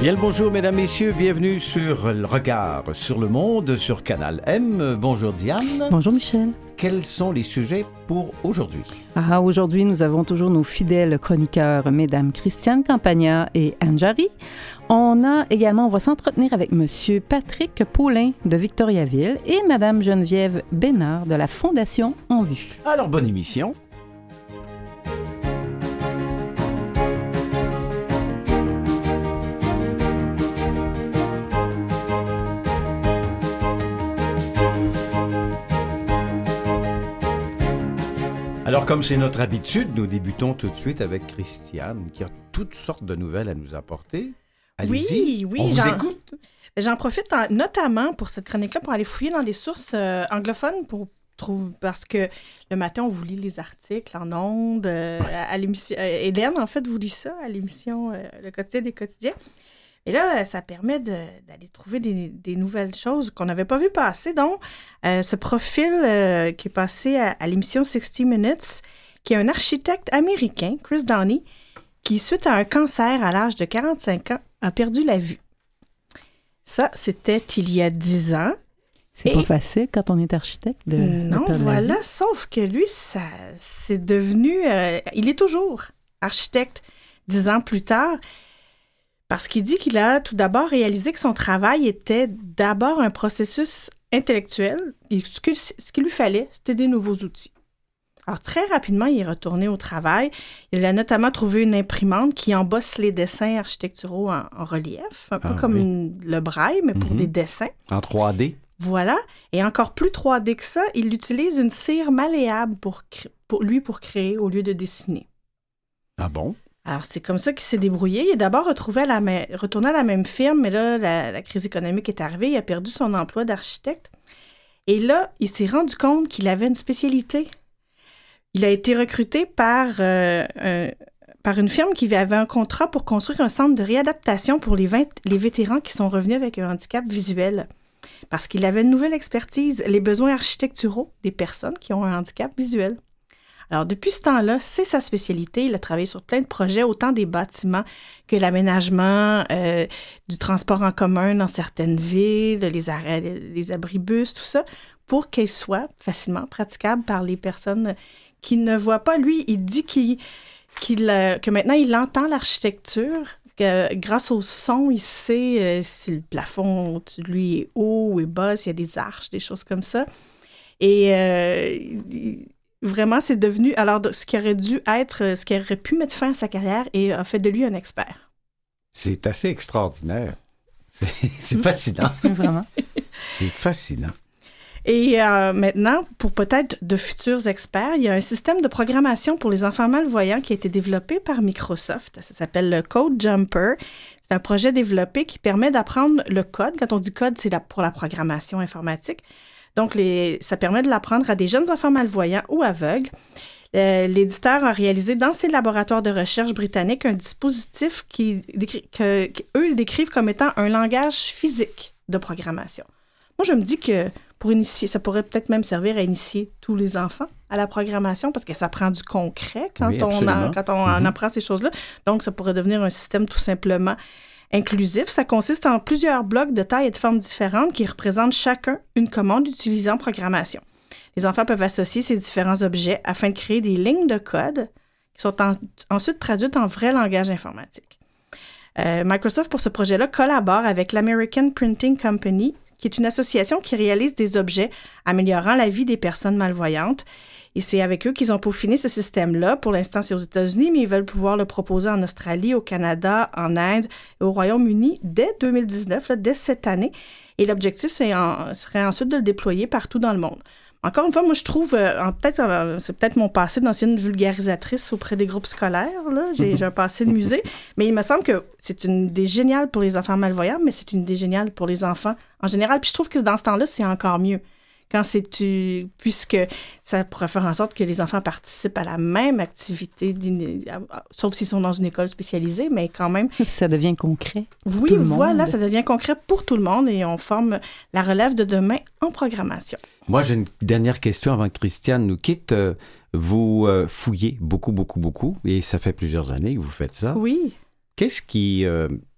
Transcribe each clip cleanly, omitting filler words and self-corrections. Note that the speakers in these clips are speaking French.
Bien le bonjour, mesdames, messieurs. Bienvenue sur Le Regard sur le monde sur Canal M. Bonjour Diane. Bonjour Michel. Quels sont les sujets pour aujourd'hui? Aujourd'hui, nous avons toujours nos fidèles chroniqueurs, mesdames Christiane Campagna et Anne Jarry. On va s'entretenir avec monsieur Patrick Paulin de Victoriaville et madame Geneviève Bénard de la Fondation En Vue. Alors, bonne émission. Alors, comme c'est notre habitude, nous débutons tout de suite avec Christiane, qui a toutes sortes de nouvelles à nous apporter. Allez-y, oui, on vous écoute. J'en profite notamment pour cette chronique-là pour aller fouiller dans des sources anglophones parce que le matin, on vous lit les articles en ondes. À l'émission, Hélène, en fait, vous lit ça à l'émission Le quotidien des quotidiens. Et là, ça permet d'aller trouver des nouvelles choses qu'on n'avait pas vues passer. Donc, ce profil qui est passé à l'émission 60 Minutes, qui est un architecte américain, Chris Downey, qui, suite à un cancer à l'âge de 45 ans, a perdu la vue. Ça, c'était il y a 10 ans. C'est pas facile quand on est architecte de perdre la vue. Sauf que lui, ça, c'est devenu... il est toujours architecte 10 ans plus tard. Parce qu'il dit qu'il a tout d'abord réalisé que son travail était d'abord un processus intellectuel et ce qu'il lui fallait, c'était des nouveaux outils. Alors, très rapidement, il est retourné au travail. Il a notamment trouvé une imprimante qui embosse les dessins architecturaux en relief, un peu comme le braille, mais pour des dessins. En 3D. Voilà. Et encore plus 3D que ça, il utilise une cire malléable pour créer au lieu de dessiner. Ah bon? Alors, c'est comme ça qu'il s'est débrouillé. Il est d'abord retourné à la même firme, mais là, la crise économique est arrivée. Il a perdu son emploi d'architecte. Et là, il s'est rendu compte qu'il avait une spécialité. Il a été recruté par une firme qui avait un contrat pour construire un centre de réadaptation pour les vétérans qui sont revenus avec un handicap visuel. Parce qu'il avait une nouvelle expertise, les besoins architecturaux des personnes qui ont un handicap visuel. Alors, depuis ce temps-là, c'est sa spécialité. Il a travaillé sur plein de projets, autant des bâtiments que l'aménagement, du transport en commun dans certaines villes, les abribus, tout ça, pour qu'ils soient facilement praticables par les personnes qui ne voient pas. Lui, il dit que maintenant, il entend l'architecture. Grâce au son, il sait si le plafond au-dessus de lui est haut ou est bas, s'il y a des arches, des choses comme ça. Et... Vraiment, c'est devenu ce qui aurait pu mettre fin à sa carrière et a fait de lui un expert. C'est assez extraordinaire. C'est fascinant. Vraiment. C'est fascinant. Et maintenant, pour peut-être de futurs experts, il y a un système de programmation pour les enfants malvoyants qui a été développé par Microsoft. Ça s'appelle le Code Jumper. C'est un projet développé qui permet d'apprendre le code. Quand on dit code, c'est pour la programmation informatique. Donc, ça permet de l'apprendre à des jeunes enfants malvoyants ou aveugles. L'éditeur a réalisé dans ses laboratoires de recherche britanniques un dispositif qu'eux ils décrivent comme étant un langage physique de programmation. Moi, je me dis que pour initier, ça pourrait peut-être même servir à initier tous les enfants à la programmation parce que ça prend du concret quand on apprend ces choses-là. Donc, ça pourrait devenir un système tout simplement inclusif. Ça consiste en plusieurs blocs de taille et de formes différentes qui représentent chacun une commande utilisant programmation. Les enfants peuvent associer ces différents objets afin de créer des lignes de code qui sont ensuite traduites en vrai langage informatique. Microsoft, pour ce projet-là, collabore avec l'American Printing Company, qui est une association qui réalise des objets améliorant la vie des personnes malvoyantes. Et c'est avec eux qu'ils ont peaufiné ce système-là. Pour l'instant, c'est aux États-Unis, mais ils veulent pouvoir le proposer en Australie, au Canada, en Inde et au Royaume-Uni dès 2019, dès cette année. Et l'objectif, serait ensuite de le déployer partout dans le monde. Encore une fois, moi, je trouve, c'est peut-être mon passé d'ancienne vulgarisatrice auprès des groupes scolaires. Là. J'ai un passé de musée, mais il me semble que c'est une idée géniale pour les enfants malvoyants, mais c'est une idée géniale pour les enfants en général. Puis je trouve que dans ce temps-là, c'est encore mieux. Puisque ça pourrait faire en sorte que les enfants participent à la même activité, sauf s'ils sont dans une école spécialisée, mais quand même... Ça devient concret pour tout le monde. Oui, voilà, ça devient concret pour tout le monde et on forme la relève de demain en programmation. Moi, j'ai une dernière question avant que Christiane nous quitte. Vous fouillez beaucoup, beaucoup, beaucoup, et ça fait plusieurs années que vous faites ça. Oui. Qu'est-ce qui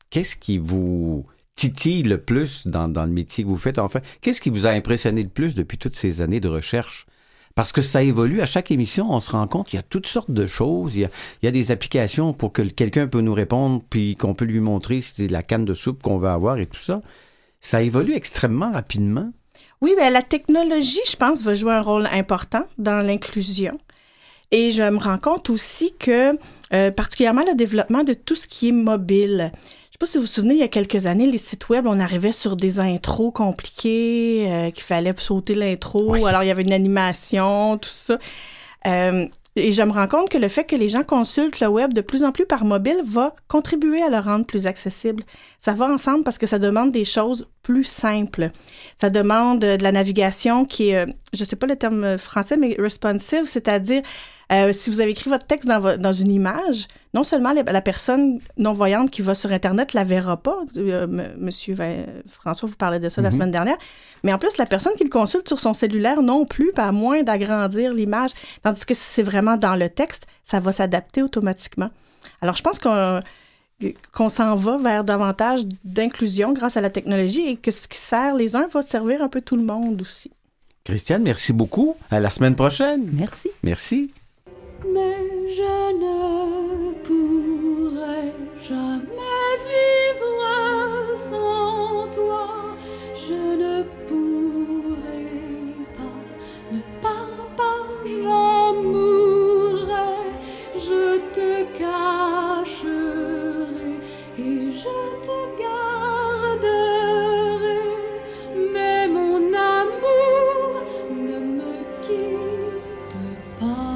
qu'est-ce qui vous titille le plus dans le métier que vous faites? Enfin, qu'est-ce qui vous a impressionné le plus depuis toutes ces années de recherche? Parce que ça évolue. À chaque émission, on se rend compte qu'il y a toutes sortes de choses. Il y a des applications pour que quelqu'un peut nous répondre puis qu'on peut lui montrer si c'est la canne de soupe qu'on veut avoir et tout ça. Ça évolue extrêmement rapidement. Oui, bien, la technologie, je pense, va jouer un rôle important dans l'inclusion. Et je me rends compte aussi que, particulièrement le développement de tout ce qui est mobile. Je ne sais pas si vous vous souvenez, il y a quelques années, les sites web, on arrivait sur des intros compliquées, qu'il fallait sauter l'intro, oui. Alors il y avait une animation, tout ça. Et je me rends compte que le fait que les gens consultent le web de plus en plus par mobile va contribuer à le rendre plus accessible. Ça va ensemble parce que ça demande des choses plus simples. Ça demande de la navigation qui est, je ne sais pas le terme français, mais responsive, c'est-à-dire si vous avez écrit votre texte dans une image, non seulement la personne non-voyante qui va sur Internet ne la verra pas, Monsieur François vous parlait de ça la semaine dernière, mais en plus, la personne qui le consulte sur son cellulaire non plus, pas à moins d'agrandir l'image, tandis que si c'est vraiment dans le texte, ça va s'adapter automatiquement. Alors, je pense qu'on s'en va vers davantage d'inclusion grâce à la technologie et que ce qui sert les uns va servir un peu tout le monde aussi. Christiane, merci beaucoup. À la semaine prochaine. Merci. Merci. Mais je ne pourrai jamais vivre sans toi. Je ne pourrai pas, ne pars pas, j'en mourrai. Je te cacherai et je te garderai. Mais mon amour ne me quitte pas.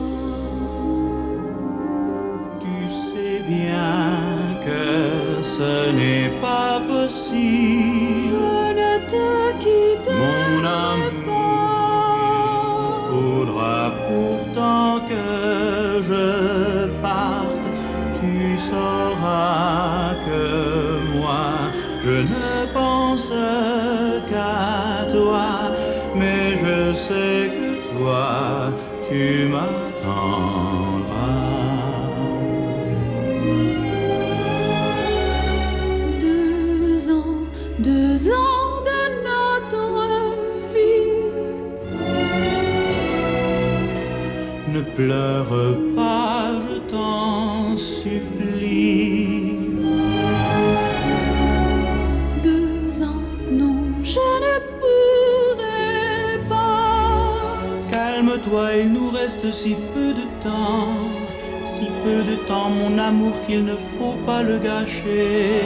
Bien que ce n'est pas possible, je ne te quitterai mon amour, il faudra pourtant que je parte. Tu sauras que moi, je ne pense qu'à toi, mais je sais que toi, tu m'attendras. 2 ans de notre vie. Ne pleure pas, je t'en supplie. 2 ans, non, je ne pourrai pas. Calme-toi, il nous reste si peu de temps, mon amour, qu'il ne faut pas le gâcher.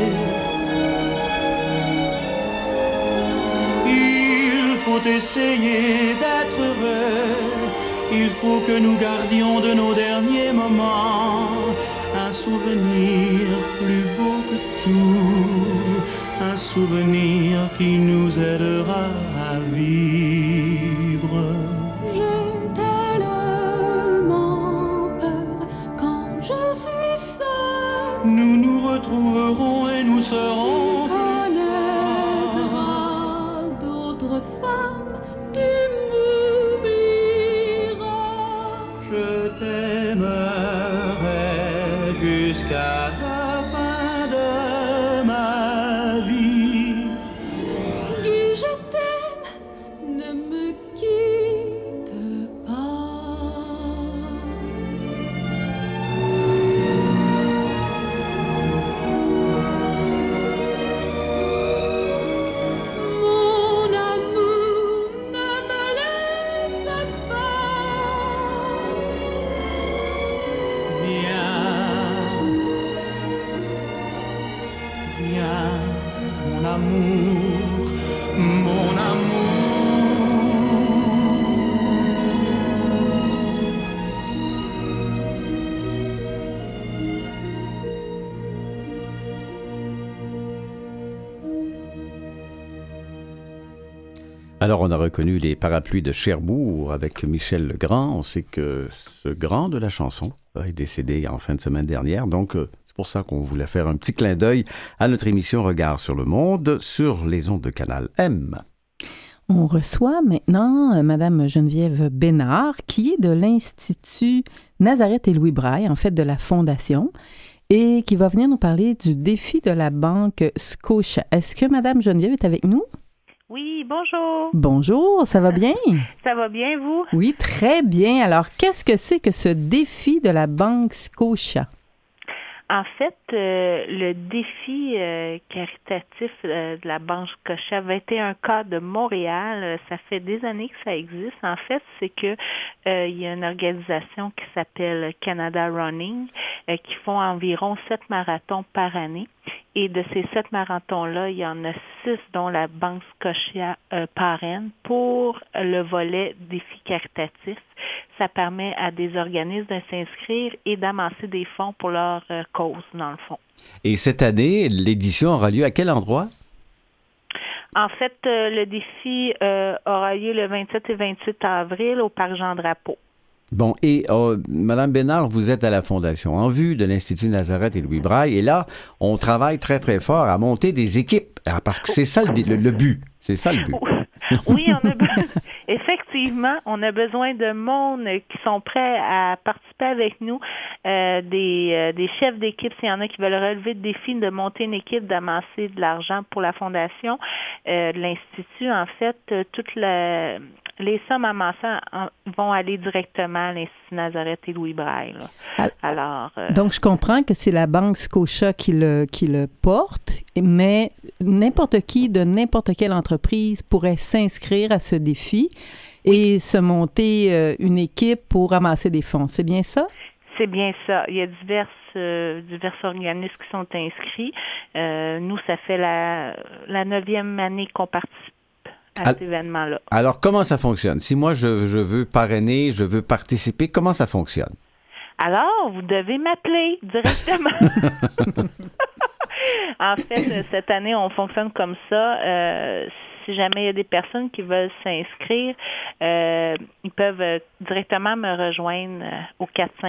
Il faut essayer d'être heureux, il faut que nous gardions de nos derniers moments un souvenir plus beau que tout, un souvenir qui nous aidera à vivre. J'ai tellement peur quand je suis seule. Nous nous retrouverons et nous serons. Femme, tu m'oublieras. Je t'aimerai jusqu'à la fin de ma vie. Guy, je t'aime, ne me quitte pas. Mon amour. Alors, on a reconnu les parapluies de Cherbourg avec Michel Legrand. On sait que ce grand de la chanson est décédé en fin de semaine dernière. Donc, c'est pour ça qu'on voulait faire un petit clin d'œil à notre émission Regard sur le monde sur les ondes de Canal M. On reçoit maintenant Madame Geneviève Bénard, qui est de l'Institut Nazareth et Louis Braille, en fait de la Fondation. et qui va venir nous parler du défi de la banque Scotia. Est-ce que Mme Geneviève est avec nous? Oui, bonjour. Bonjour, ça va bien? Ça va bien, vous? Oui, très bien. Alors, qu'est-ce que c'est que ce défi de la banque Scotia? En fait, le défi caritatif de la Banque Scotia 21 cas de Montréal, ça fait des années que ça existe. En fait, c'est que il y a une organisation qui s'appelle Canada Running qui font environ 7 marathons par année. Et de ces 7 marathons-là, il y en a 6 dont la Banque Scotia parraine pour le volet défi caritatif. Ça permet à des organismes de s'inscrire et d'amasser des fonds pour leur cause, dans le fond. Et cette année, l'édition aura lieu à quel endroit? En fait, le défi aura lieu le 27 et 28 avril au Parc Jean-Drapeau. Bon, et Mme Bénard, vous êtes à la Fondation En Vue de l'Institut Nazareth et Louis Braille, et là, on travaille très, très fort à monter des équipes, parce que c'est ça le but. C'est ça le but. Oui, effectivement, on a besoin de monde qui sont prêts à participer avec nous, des chefs d'équipe, s'il y en a qui veulent relever le défi de monter une équipe, d'amasser de l'argent pour la Fondation de l'Institut. En fait, les sommes amassées vont aller directement à l'Institut Nazareth et Louis Braille. Alors, donc, je comprends que c'est la Banque Scotia qui le porte, mais n'importe qui de n'importe quelle entreprise pourrait s'inscrire à ce défi et se monter une équipe pour ramasser des fonds. C'est bien ça? C'est bien ça. Il y a divers organismes qui sont inscrits. Nous, ça fait la 9e année qu'on participe à cet événement-là. Alors, comment ça fonctionne? Si moi, je veux parrainer, je veux participer, comment ça fonctionne? Alors, vous devez m'appeler directement. En fait, cette année, on fonctionne comme ça. Si jamais il y a des personnes qui veulent s'inscrire, ils peuvent directement me rejoindre au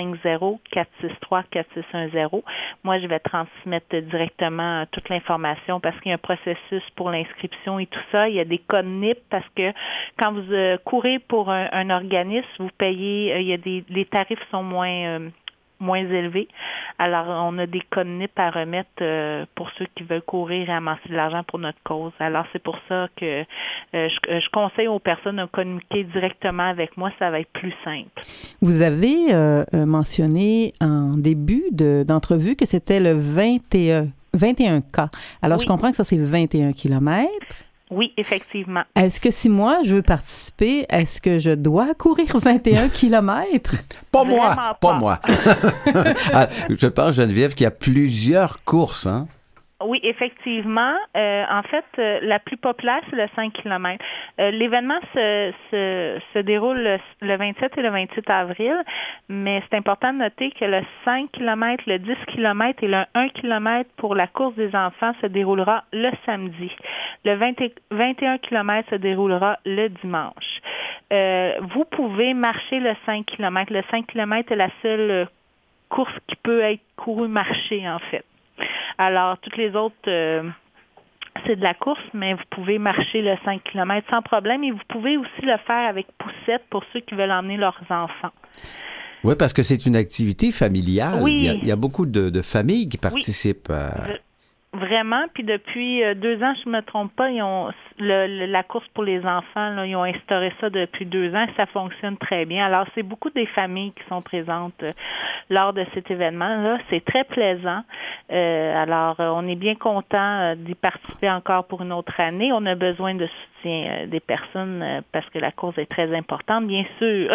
450-463-4610. Moi, je vais transmettre directement toute l'information parce qu'il y a un processus pour l'inscription et tout ça. Il y a des codes NIP parce que quand vous courez pour un organisme, vous payez, les tarifs sont moins élevés. Alors, on a des codes NIP à remettre pour ceux qui veulent courir et amasser de l'argent pour notre cause. Alors, c'est pour ça que je conseille aux personnes de communiquer directement avec moi. Ça va être plus simple. Vous avez mentionné en début d'entrevue que c'était le 21 cas. Alors, oui. Je comprends que ça, c'est 21 kilomètres. Oui, effectivement. Est-ce que si moi, je veux participer, est-ce que je dois courir 21 kilomètres? Pas moi. Je pense, Geneviève, qu'il y a plusieurs courses, hein? Oui, effectivement. En fait, la plus populaire, c'est le 5 km. L'événement se déroule le 27 et le 28 avril, mais c'est important de noter que le 5 km, le 10 km et le 1 km pour la course des enfants se déroulera le samedi. Le 21 km se déroulera le dimanche. Vous pouvez marcher le 5 km. Le 5 km est la seule course qui peut être courue marchée, en fait. Alors, toutes les autres, c'est de la course, mais vous pouvez marcher le 5 km sans problème et vous pouvez aussi le faire avec poussette pour ceux qui veulent emmener leurs enfants. Oui, parce que c'est une activité familiale. Oui. Il y a beaucoup de familles qui participent. Vraiment, puis depuis 2 ans, je ne me trompe pas, ils ont la course pour les enfants, là, ils ont instauré ça depuis 2 ans et ça fonctionne très bien. Alors, c'est beaucoup des familles qui sont présentes lors de cet événement-là. C'est très plaisant. Alors, on est bien content d'y participer encore pour une autre année. On a besoin de soutien des personnes parce que la cause est très importante, bien sûr.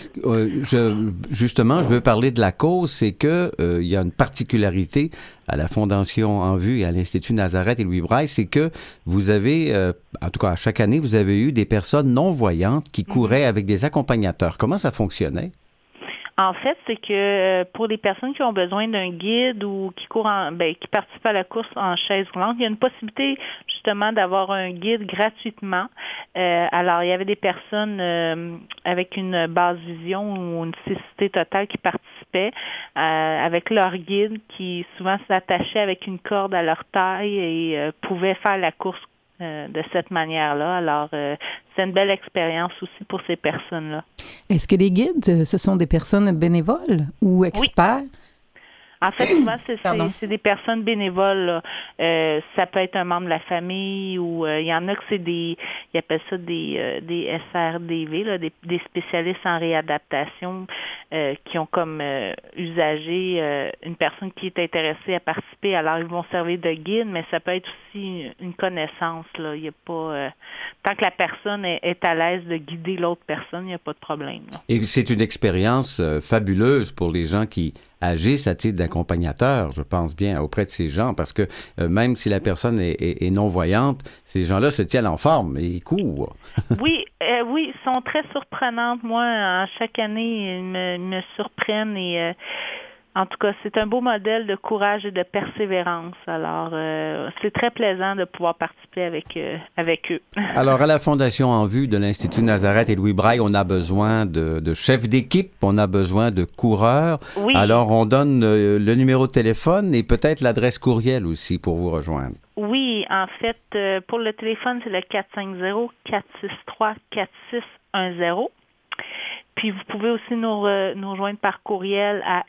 Justement, je veux parler de la cause, c'est que il y a une particularité à la Fondation En Vue et à l'Institut Nazareth et Louis Braille, c'est que vous avez, en tout cas, chaque année, vous avez eu des personnes non-voyantes qui couraient avec des accompagnateurs. Comment ça fonctionnait? En fait, c'est que pour les personnes qui ont besoin d'un guide ou qui qui participent à la course en chaise roulante, il y a une possibilité justement d'avoir un guide gratuitement. Alors, il y avait des personnes avec une basse vision ou une cécité totale qui participaient avec leur guide qui souvent s'attachait avec une corde à leur taille et pouvaient faire la course de cette manière-là. Alors, c'est une belle expérience aussi pour ces personnes-là. Est-ce que les guides, ce sont des personnes bénévoles ou experts? En fait, souvent, Pardon. c'est des personnes bénévoles. Là. Ça peut être un membre de la famille ou il y en a que c'est ils appellent ça des SRDV, là, des spécialistes en réadaptation qui ont comme usager une personne qui est intéressée à participer. Alors, ils vont servir de guide, mais ça peut être aussi une connaissance. Là. Il y a pas tant que la personne est à l'aise de guider l'autre personne, il n'y a pas de problème. Là. Et c'est une expérience fabuleuse pour les gens qui agissent à titre d'accompagnateur, je pense bien, auprès de ces gens, parce que même si la personne est non-voyante, ces gens-là se tiennent en forme et ils courent. Oui, ils sont très surprenantes. Moi, chaque année, ils me surprennent et en tout cas, c'est un beau modèle de courage et de persévérance. Alors, c'est très plaisant de pouvoir participer avec eux. Alors, à la Fondation En Vue de l'Institut Nazareth et Louis Braille, on a besoin de chefs d'équipe, on a besoin de coureurs. Oui. Alors, on donne le numéro de téléphone et peut-être l'adresse courriel aussi pour vous rejoindre. Oui, en fait, pour le téléphone, c'est le 450-463-4610. Puis vous pouvez aussi nous rejoindre par courriel à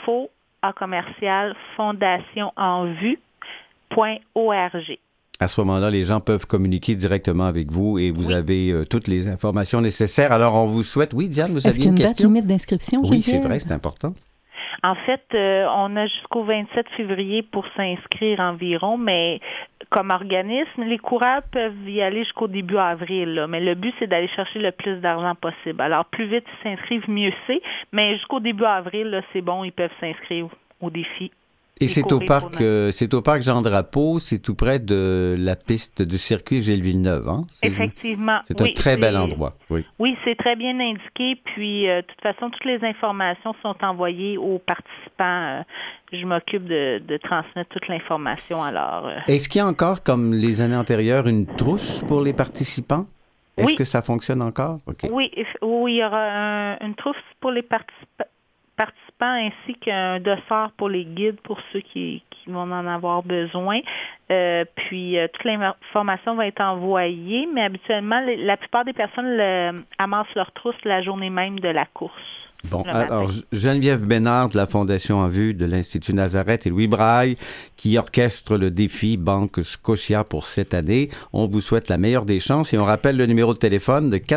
info@fondationenvue.org. À ce moment-là, les gens peuvent communiquer directement avec vous et vous avez toutes les informations nécessaires. Alors, on vous souhaite... Oui, Diane, vous aviez une question? Est-ce qu'il y a une date limite d'inscription, Oui, Geneviève? c'est vrai, c'est important. En fait, on a jusqu'au 27 février pour s'inscrire environ, mais comme organisme, les coureurs peuvent y aller jusqu'au début avril. Là, mais le but, c'est d'aller chercher le plus d'argent possible. Alors, plus vite ils s'inscrivent, mieux c'est. Mais jusqu'au début avril, là, c'est bon, ils peuvent s'inscrire au défi. Et c'est au parc Jean-Drapeau, c'est tout près de la piste du circuit Gilles Villeneuve, hein? Effectivement. C'est un très bel endroit, oui. Oui, c'est très bien indiqué. Puis, de toute façon, toutes les informations sont envoyées aux participants. Je m'occupe de transmettre toute l'information. Alors, Est-ce qu'il y a encore, comme les années antérieures, une trousse pour les participants? Est-ce que ça fonctionne encore? Okay. Oui, il y aura une trousse pour les participants ainsi qu'un dossard pour les guides pour ceux qui vont en avoir besoin. Puis, toute l'information va être envoyée, mais habituellement, la plupart des personnes amassent leur trousse la journée même de la course. Bon, alors, Geneviève Bénard de la Fondation En Vue de l'Institut Nazareth et Louis Braille, qui orchestre le défi Banque Scotia pour cette année. On vous souhaite la meilleure des chances et on rappelle le numéro de téléphone de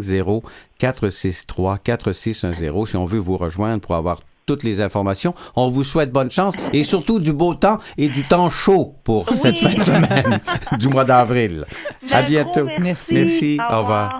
450-463-4610 si on veut vous rejoindre pour avoir toutes les informations. On vous souhaite bonne chance et surtout du beau temps et du temps chaud pour cette fin de semaine du mois d'avril. À bientôt. Merci. Au revoir.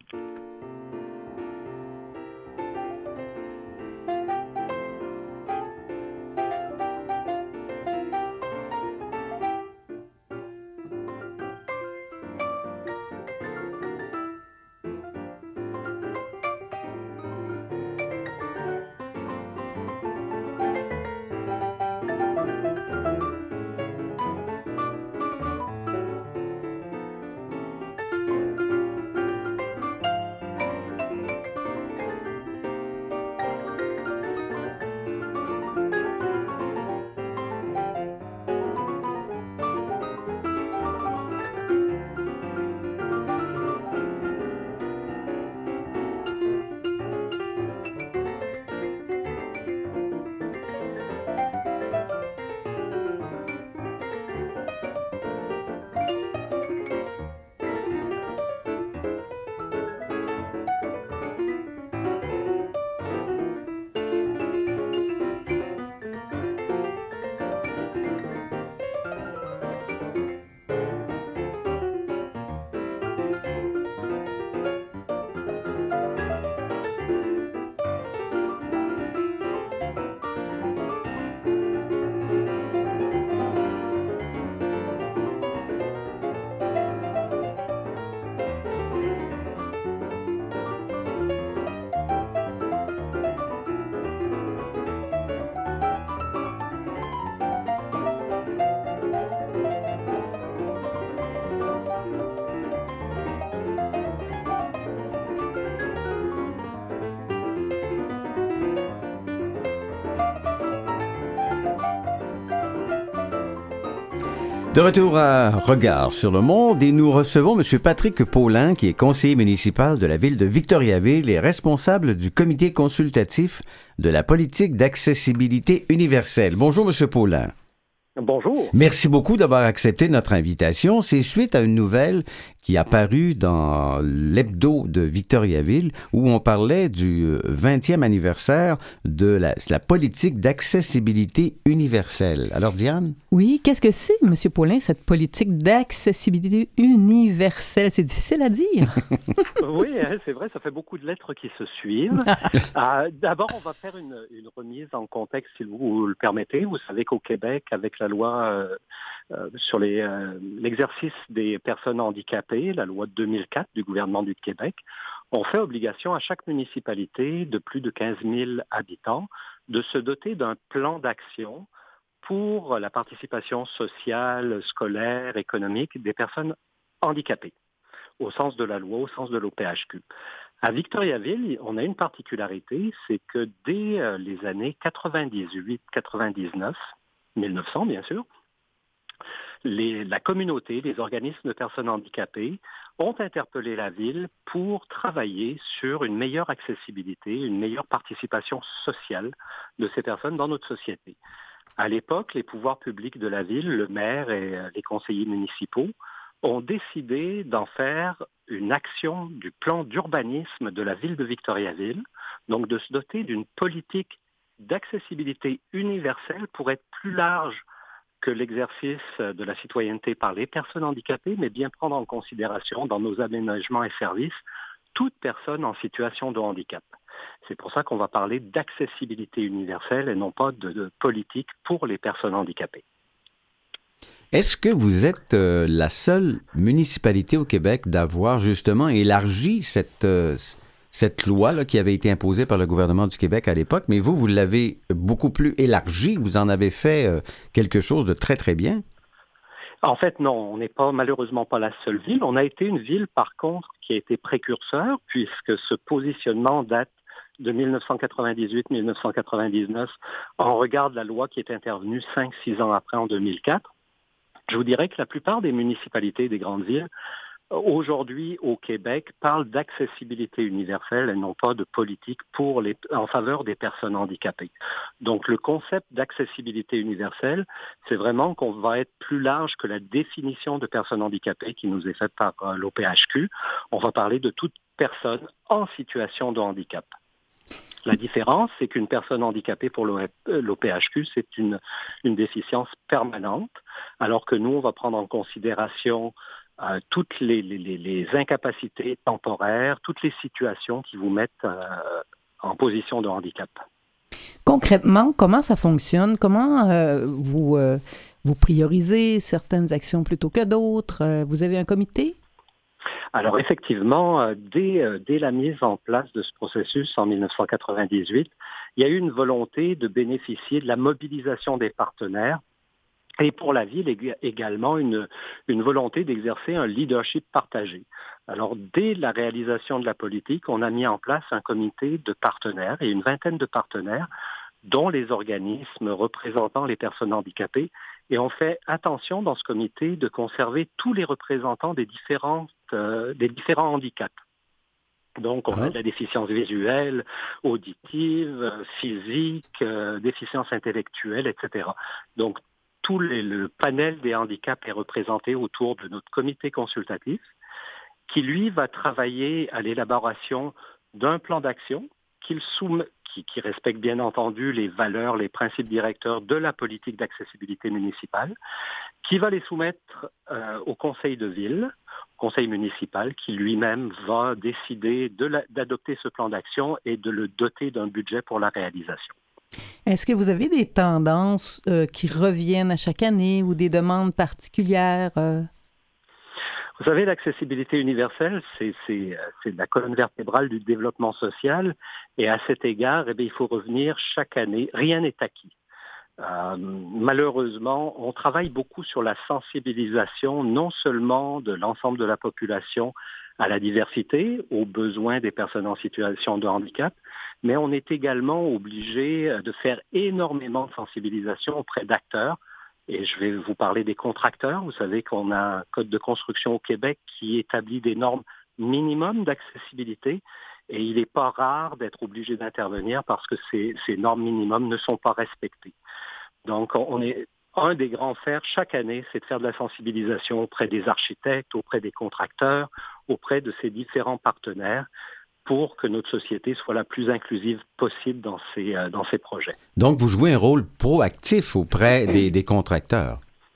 De retour à Regard sur le monde et nous recevons M. Patrick Paulin qui est conseiller municipal de la ville de Victoriaville et responsable du comité consultatif de la politique d'accessibilité universelle. Bonjour, M. Paulin. Bonjour. Merci beaucoup d'avoir accepté notre invitation. C'est suite à une nouvelle qui est apparue dans l'hebdo de Victoriaville où on parlait du 20e anniversaire de la politique d'accessibilité universelle. Alors, Diane? Oui, qu'est-ce que c'est, M. Paulin, cette politique d'accessibilité universelle? C'est difficile à dire. Oui, c'est vrai, ça fait beaucoup de lettres qui se suivent. D'abord, on va faire une remise en contexte, si vous le permettez. Vous savez qu'au Québec, avec la loi sur l'exercice des personnes handicapées, la loi de 2004 du gouvernement du Québec, on fait obligation à chaque municipalité de plus de 15 000 habitants de se doter d'un plan d'action pour la participation sociale, scolaire, économique des personnes handicapées, au sens de la loi, au sens de l'OPHQ. À Victoriaville, on a une particularité, c'est que dès les années 98-99, 1900 bien sûr, la communauté, les organismes de personnes handicapées ont interpellé la ville pour travailler sur une meilleure accessibilité, une meilleure participation sociale de ces personnes dans notre société. À l'époque, les pouvoirs publics de la ville, le maire et les conseillers municipaux, ont décidé d'en faire une action du plan d'urbanisme de la ville de Victoriaville, donc de se doter d'une politique d'accessibilité universelle pour être plus large que l'exercice de la citoyenneté par les personnes handicapées, mais bien prendre en considération dans nos aménagements et services toute personne en situation de handicap. C'est pour ça qu'on va parler d'accessibilité universelle et non pas de politique pour les personnes handicapées. Est-ce que vous êtes la seule municipalité au Québec d'avoir justement élargi cette loi là, qui avait été imposée par le gouvernement du Québec à l'époque, mais vous l'avez beaucoup plus élargie, vous en avez fait quelque chose de très, très bien? En fait, non, on n'est malheureusement pas la seule ville. On a été une ville, par contre, qui a été précurseur, puisque ce positionnement date de 1998-1999, en regard de la loi qui est intervenue 5-6 ans après, en 2004. Je vous dirais que la plupart des municipalités des grandes villes, aujourd'hui au Québec, parlent d'accessibilité universelle et non pas de politique en faveur des personnes handicapées. Donc le concept d'accessibilité universelle, c'est vraiment qu'on va être plus large que la définition de personnes handicapées qui nous est faite par l'OPHQ. On va parler de toute personne en situation de handicap. La différence, c'est qu'une personne handicapée pour l'OPHQ, c'est une déficience permanente, alors que nous, on va prendre en considération toutes les incapacités temporaires, toutes les situations qui vous mettent en position de handicap. Concrètement, comment ça fonctionne? Comment vous priorisez certaines actions plutôt que d'autres? Vous avez un comité? Alors effectivement, dès la mise en place de ce processus en 1998, il y a eu une volonté de bénéficier de la mobilisation des partenaires et pour la ville également une volonté d'exercer un leadership partagé. Alors dès la réalisation de la politique, on a mis en place un comité de partenaires et une vingtaine de partenaires dont les organismes représentant les personnes handicapées. Et on fait attention dans ce comité de conserver tous les représentants des différents handicaps. Donc, on a de la déficience visuelle, auditive, physique, déficience intellectuelle, etc. Donc, le panel des handicaps est représenté autour de notre comité consultatif qui, lui, va travailler à l'élaboration d'un plan d'action qui respecte bien entendu les valeurs, les principes directeurs de la politique d'accessibilité municipale, qui va les soumettre au conseil de ville, au conseil municipal, qui lui-même va décider d'adopter ce plan d'action et de le doter d'un budget pour la réalisation. Est-ce que vous avez des tendances qui reviennent à chaque année ou des demandes particulières? Vous savez, l'accessibilité universelle, c'est la colonne vertébrale du développement social. Et à cet égard, il faut revenir chaque année. Rien n'est acquis. Malheureusement, on travaille beaucoup sur la sensibilisation, non seulement de l'ensemble de la population à la diversité, aux besoins des personnes en situation de handicap, mais on est également obligé de faire énormément de sensibilisation auprès d'acteurs. Et je vais vous parler des contracteurs. Vous savez qu'on a un code de construction au Québec qui établit des normes minimum d'accessibilité. Et il n'est pas rare d'être obligé d'intervenir parce que ces normes minimums ne sont pas respectées. Donc, un des grands fers chaque année, c'est de faire de la sensibilisation auprès des architectes, auprès des contracteurs, auprès de ces différents partenaires pour que notre société soit la plus inclusive possible dans ces projets. Donc, vous jouez un rôle proactif auprès des contracteurs.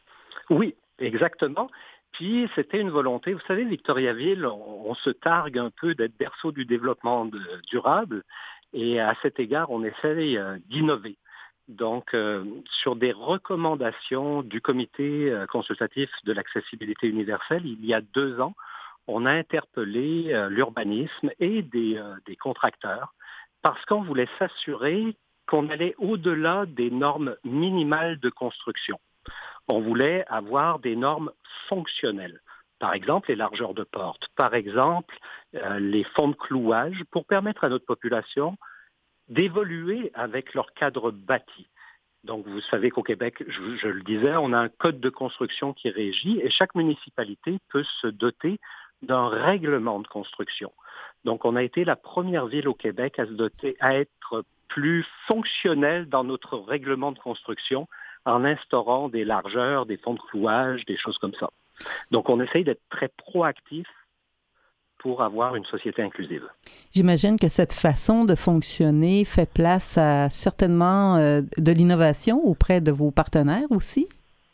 Oui, exactement. Puis, c'était une volonté. Vous savez, Victoriaville, on se targue un peu d'être berceau du développement durable. Et à cet égard, on essaye d'innover. Donc, sur des recommandations du Comité consultatif de l'accessibilité universelle, il y a 2 ans, on a interpellé l'urbanisme et des contracteurs parce qu'on voulait s'assurer qu'on allait au-delà des normes minimales de construction. On voulait avoir des normes fonctionnelles. Par exemple, les largeurs de portes. Par exemple, les fonds de clouage pour permettre à notre population d'évoluer avec leur cadre bâti. Donc, vous savez qu'au Québec, je le disais, on a un code de construction qui régit et chaque municipalité peut se doter d'un règlement de construction. Donc, on a été la première ville au Québec à se doter, à être plus fonctionnelle dans notre règlement de construction en instaurant des largeurs, des fonds de clouage, des choses comme ça. Donc, on essaye d'être très proactif pour avoir une société inclusive. J'imagine que cette façon de fonctionner fait place à certainement de l'innovation auprès de vos partenaires aussi?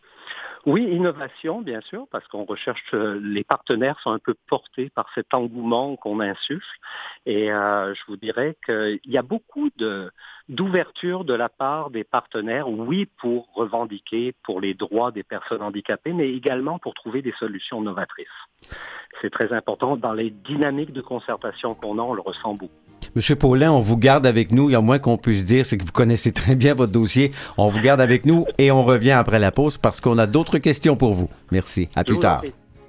Oui, innovation, bien sûr, parce qu'on recherche, les partenaires sont un peu portés par cet engouement qu'on insuffle. Et je vous dirais qu'il y a beaucoup d'ouverture de la part des partenaires, oui, pour revendiquer pour les droits des personnes handicapées, mais également pour trouver des solutions novatrices. C'est très important. Dans les dynamiques de concertation qu'on a, on le ressent beaucoup. Monsieur Paulin, on vous garde avec nous. Il y a moins qu'on puisse dire, c'est que vous connaissez très bien votre dossier. On vous garde avec nous et on revient après la pause parce qu'on a d'autres questions pour vous. Merci. À plus tard.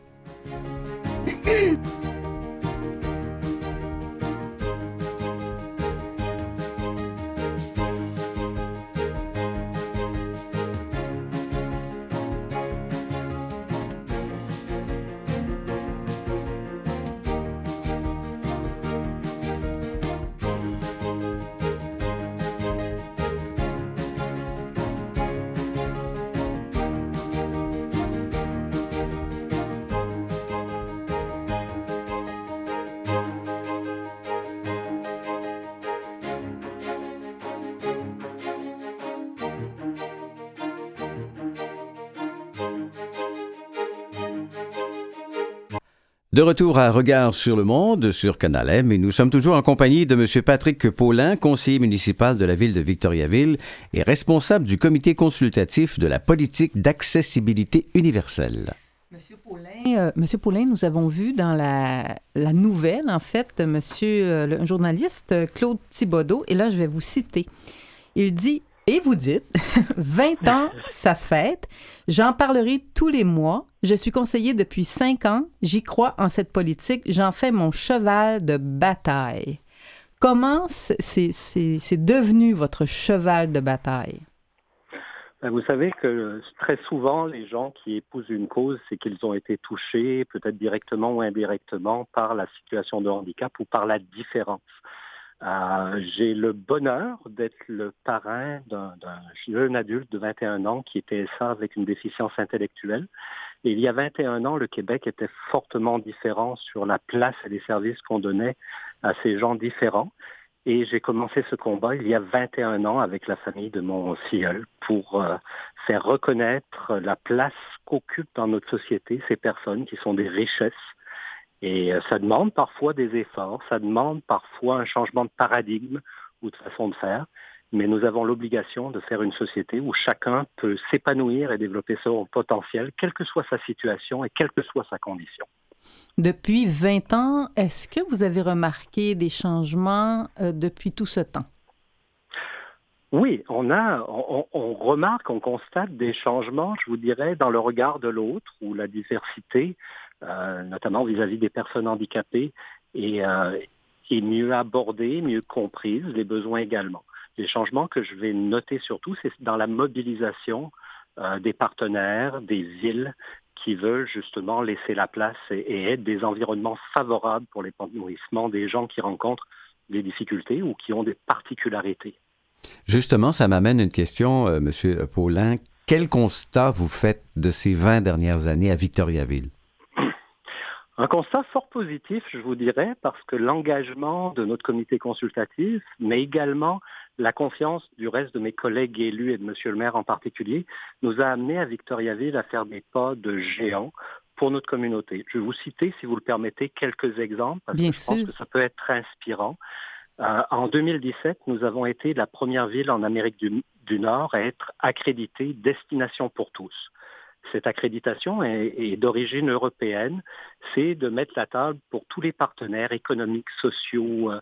De retour à Regard sur le monde sur Canal M et nous sommes toujours en compagnie de M. Patrick Paulin, conseiller municipal de la ville de Victoriaville et responsable du comité consultatif de la politique d'accessibilité universelle. Monsieur Paulin, nous avons vu dans la nouvelle, en fait, de un journaliste, Claude Thibodeau, et là, je vais vous citer. Il dit... Et vous dites, 20 ans, ça se fête. J'en parlerai tous les mois. Je suis conseiller depuis 5 ans. J'y crois en cette politique. J'en fais mon cheval de bataille. Comment c'est devenu votre cheval de bataille? Vous savez que très souvent, les gens qui épousent une cause, c'est qu'ils ont été touchés, peut-être directement ou indirectement, par la situation de handicap ou par la différence. J'ai le bonheur d'être le parrain d'un jeune adulte de 21 ans qui était ça avec une déficience intellectuelle. Et il y a 21 ans, le Québec était fortement différent sur la place et les services qu'on donnait à ces gens différents. Et j'ai commencé ce combat il y a 21 ans avec la famille de mon filleul pour faire reconnaître la place qu'occupent dans notre société ces personnes qui sont des richesses. Et ça demande parfois des efforts, ça demande parfois un changement de paradigme ou de façon de faire, mais nous avons l'obligation de faire une société où chacun peut s'épanouir et développer son potentiel, quelle que soit sa situation et quelle que soit sa condition. Depuis 20 ans, est-ce que vous avez remarqué des changements depuis tout ce temps? Oui, on remarque, on constate des changements, je vous dirais, dans le regard de l'autre, où la diversité, notamment vis-à-vis des personnes handicapées, est mieux abordée, mieux comprise, les besoins également. Les changements que je vais noter surtout, c'est dans la mobilisation des partenaires, des villes qui veulent justement laisser la place et être des environnements favorables pour l'épanouissement des gens qui rencontrent des difficultés ou qui ont des particularités. Justement, ça m'amène une question, M. Paulin. Quel constat vous faites de ces 20 dernières années à Victoriaville? Un constat fort positif, je vous dirais, parce que l'engagement de notre comité consultatif, mais également la confiance du reste de mes collègues élus et de M. le maire en particulier, nous a amené à Victoriaville à faire des pas de géant pour notre communauté. Je vais vous citer, si vous le permettez, quelques exemples, parce que je pense que ça peut être inspirant. En 2017, nous avons été la première ville en Amérique du Nord à être accréditée Destination pour tous. Cette accréditation est d'origine européenne, c'est de mettre la table pour tous les partenaires économiques, sociaux,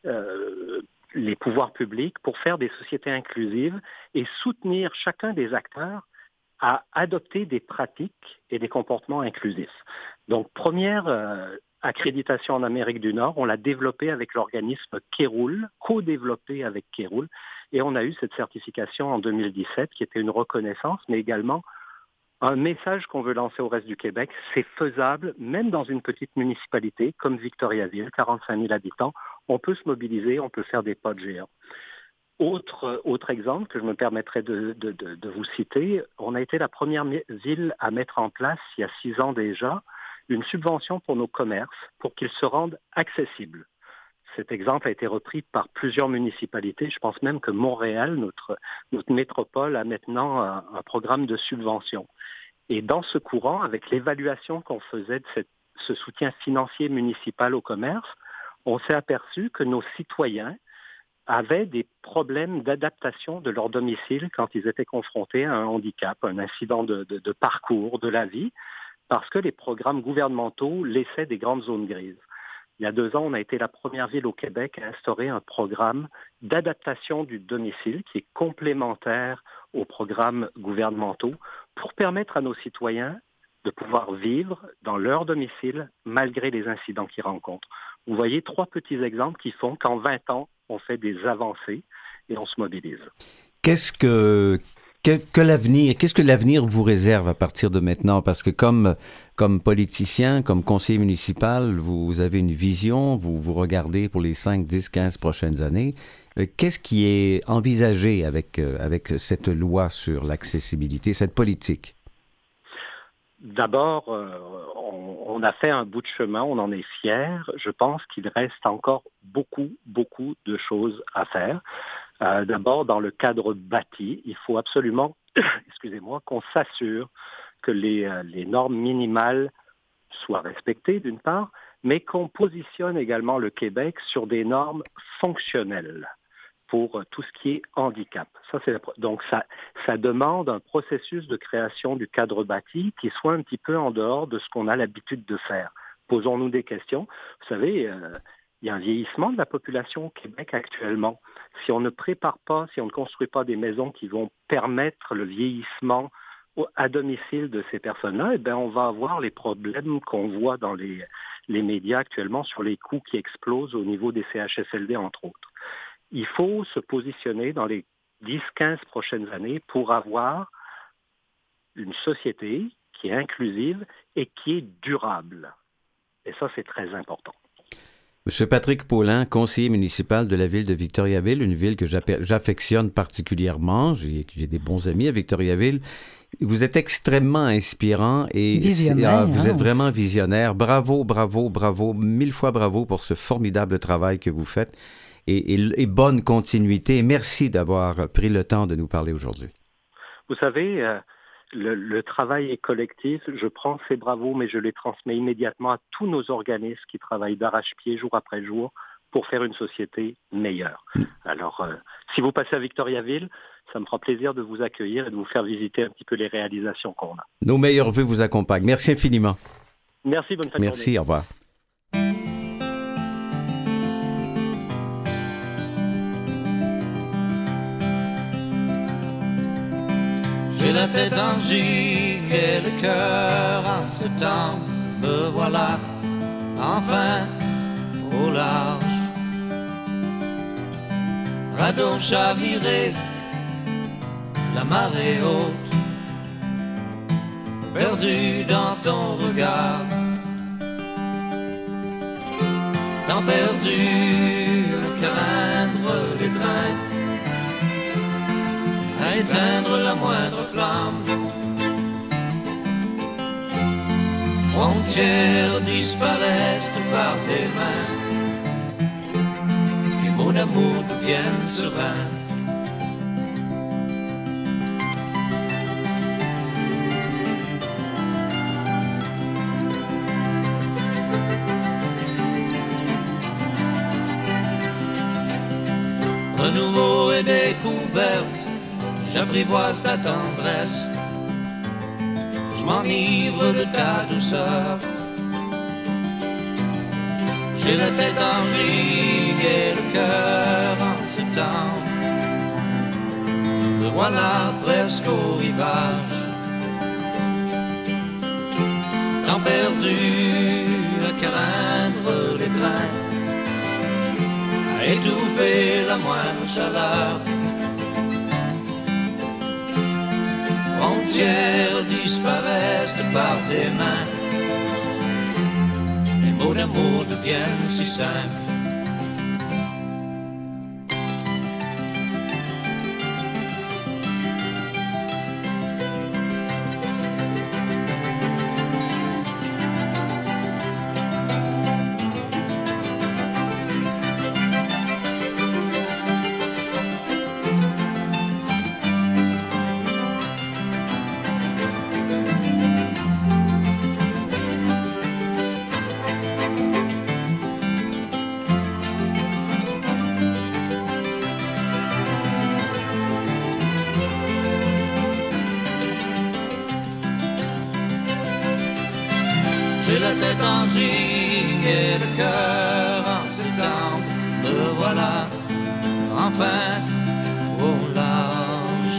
les pouvoirs publics pour faire des sociétés inclusives et soutenir chacun des acteurs à adopter des pratiques et des comportements inclusifs. Donc, première accréditation en Amérique du Nord, on l'a développée avec l'organisme Kéroul, co-développée avec Kéroul, et on a eu cette certification en 2017 qui était une reconnaissance, mais également un message qu'on veut lancer au reste du Québec. C'est faisable, même dans une petite municipalité comme Victoriaville, 45 000 habitants, on peut se mobiliser, on peut faire des pas de géant. Autre exemple que je me permettrai de vous citer, on a été la première ville à mettre en place, il y a 6 ans déjà, une subvention pour nos commerces pour qu'ils se rendent accessibles. Cet exemple a été repris par plusieurs municipalités. Je pense même que Montréal, notre métropole, a maintenant un programme de subvention. Et dans ce courant, avec l'évaluation qu'on faisait de ce soutien financier municipal au commerce, on s'est aperçu que nos citoyens avaient des problèmes d'adaptation de leur domicile quand ils étaient confrontés à un handicap, un incident de parcours de la vie, parce que les programmes gouvernementaux laissaient des grandes zones grises. Il y a 2 ans, on a été la première ville au Québec à instaurer un programme d'adaptation du domicile qui est complémentaire aux programmes gouvernementaux pour permettre à nos citoyens de pouvoir vivre dans leur domicile malgré les incidents qu'ils rencontrent. Vous voyez 3 petits exemples qui font qu'en 20 ans, on fait des avancées et on se mobilise. Qu'est-ce que l'avenir vous réserve à partir de maintenant? Parce que comme politicien, comme conseiller municipal, vous avez une vision, vous regardez pour les 5, 10, 15 prochaines années. Qu'est-ce qui est envisagé avec cette loi sur l'accessibilité, cette politique? D'abord, on a fait un bout de chemin, on en est fiers. Je pense qu'il reste encore beaucoup de choses à faire. D'abord, dans le cadre bâti, il faut absolument, qu'on s'assure que les normes minimales soient respectées d'une part, mais qu'on positionne également le Québec sur des normes fonctionnelles pour tout ce qui est handicap. Donc ça demande un processus de création du cadre bâti qui soit un petit peu en dehors de ce qu'on a l'habitude de faire. Posons-nous des questions. Vous savez, il y a un vieillissement de la population au Québec actuellement. Si on ne prépare pas, si on ne construit pas des maisons qui vont permettre le vieillissement à domicile de ces personnes-là, eh bien, on va avoir les problèmes qu'on voit dans les médias actuellement sur les coûts qui explosent au niveau des CHSLD, entre autres. Il faut se positionner dans les 10-15 prochaines années pour avoir une société qui est inclusive et qui est durable. Et ça, c'est très important. Monsieur Patrick Paulin, conseiller municipal de la ville de Victoriaville, une ville que j'affectionne particulièrement. J'ai des bons amis à Victoriaville. Vous êtes extrêmement inspirant et vous êtes vraiment visionnaire. Bravo, 1000 fois bravo pour ce formidable travail que vous faites et bonne continuité. Merci d'avoir pris le temps de nous parler aujourd'hui. Vous savez, le travail est collectif. Je prends ces bravos, mais je les transmets immédiatement à tous nos organismes qui travaillent d'arrache-pied jour après jour pour faire une société meilleure. Alors, si vous passez à Victoriaville, ça me fera plaisir de vous accueillir et de vous faire visiter un petit peu les réalisations qu'on a. Nos meilleurs vœux vous accompagnent. Merci infiniment. Merci, bonne fin de journée. Merci, au revoir. J'ai la tête en gigue et le cœur en septembre. Me voilà enfin au large. Radeau chaviré, la marée haute. perdu dans ton regard. Temps perdu à craindre les trains, à éteindre la moindre flamme. Frontières disparaissent par tes mains, les mots d'amour deviennent sereins. Renouveau et découverte, j'apprivoise ta tendresse. Je m'enivre de ta douceur. J'ai la tête en gigue et le cœur en septembre. Me voilà presque au rivage. Temps perdu à craindre les trains, à étouffer la moindre chaleur. Frontières disparaissent par tes mains, les mots d'amour deviennent si simples. J'ai la tête en gigue et le cœur en septembre. Me voilà enfin au large.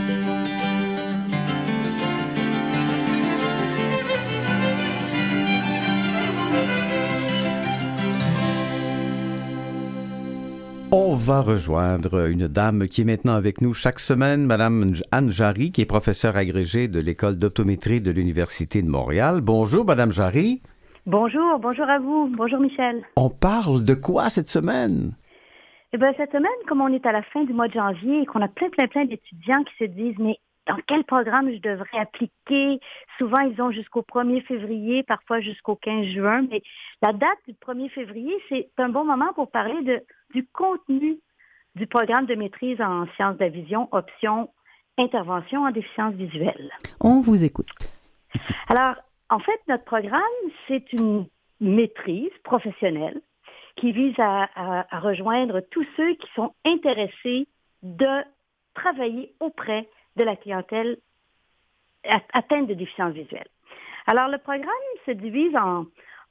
On va rejoindre une dame qui est maintenant avec nous chaque semaine, Madame Anne Jarry, qui est professeure agrégée de l'École d'optométrie de l'Université de Montréal. Bonjour, Madame Jarry. Bonjour, bonjour à vous. Bonjour, Michel. On parle de quoi cette semaine? Eh bien, cette semaine, comme on est à la fin du mois de janvier et qu'on a plein d'étudiants qui se disent, mais dans quel programme je devrais appliquer? Souvent, ils ont jusqu'au 1er février, parfois jusqu'au 15 juin, mais la date du 1er février, c'est un bon moment pour parler du contenu du programme de maîtrise en sciences de la vision, option intervention en déficience visuelle. On vous écoute. Alors, en fait, notre programme, c'est une maîtrise professionnelle qui vise à rejoindre tous ceux qui sont intéressés de travailler auprès de la clientèle atteinte de déficience visuelle. Alors, le programme se divise en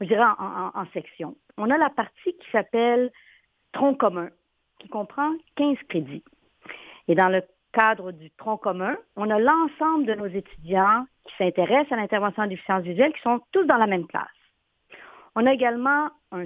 sections. On a la partie qui s'appelle tronc commun, qui comprend 15 crédits. Et dans le cadre du tronc commun, on a l'ensemble de nos étudiants qui s'intéressent à l'intervention en déficience visuelle, qui sont tous dans la même classe. On a également un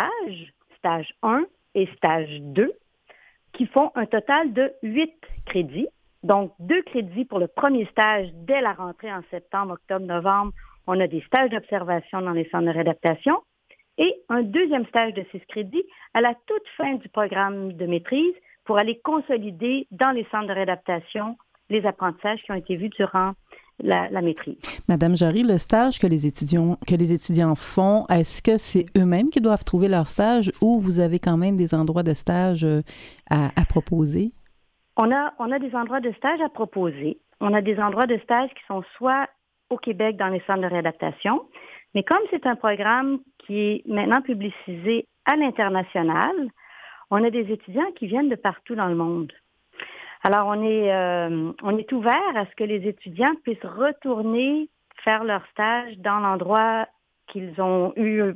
stage 1 et stage 2, qui font un total de 8 crédits. Donc, 2 crédits pour le premier stage dès la rentrée en septembre, octobre, novembre. On a des stages d'observation dans les centres de réadaptation et un deuxième stage de 6 crédits à la toute fin du programme de maîtrise pour aller consolider dans les centres de réadaptation les apprentissages qui ont été vus durant la maîtrise. Madame Jarry, le stage que les étudiants font, est-ce que c'est eux-mêmes qui doivent trouver leur stage ou vous avez quand même des endroits de stage à proposer? On a des endroits de stage à proposer. On a des endroits de stage qui sont soit au Québec dans les centres de réadaptation, mais comme c'est un programme qui est maintenant publicisé à l'international, on a des étudiants qui viennent de partout dans le monde. Alors, on est ouvert à ce que les étudiants puissent retourner faire leur stage dans l'endroit qu'ils ont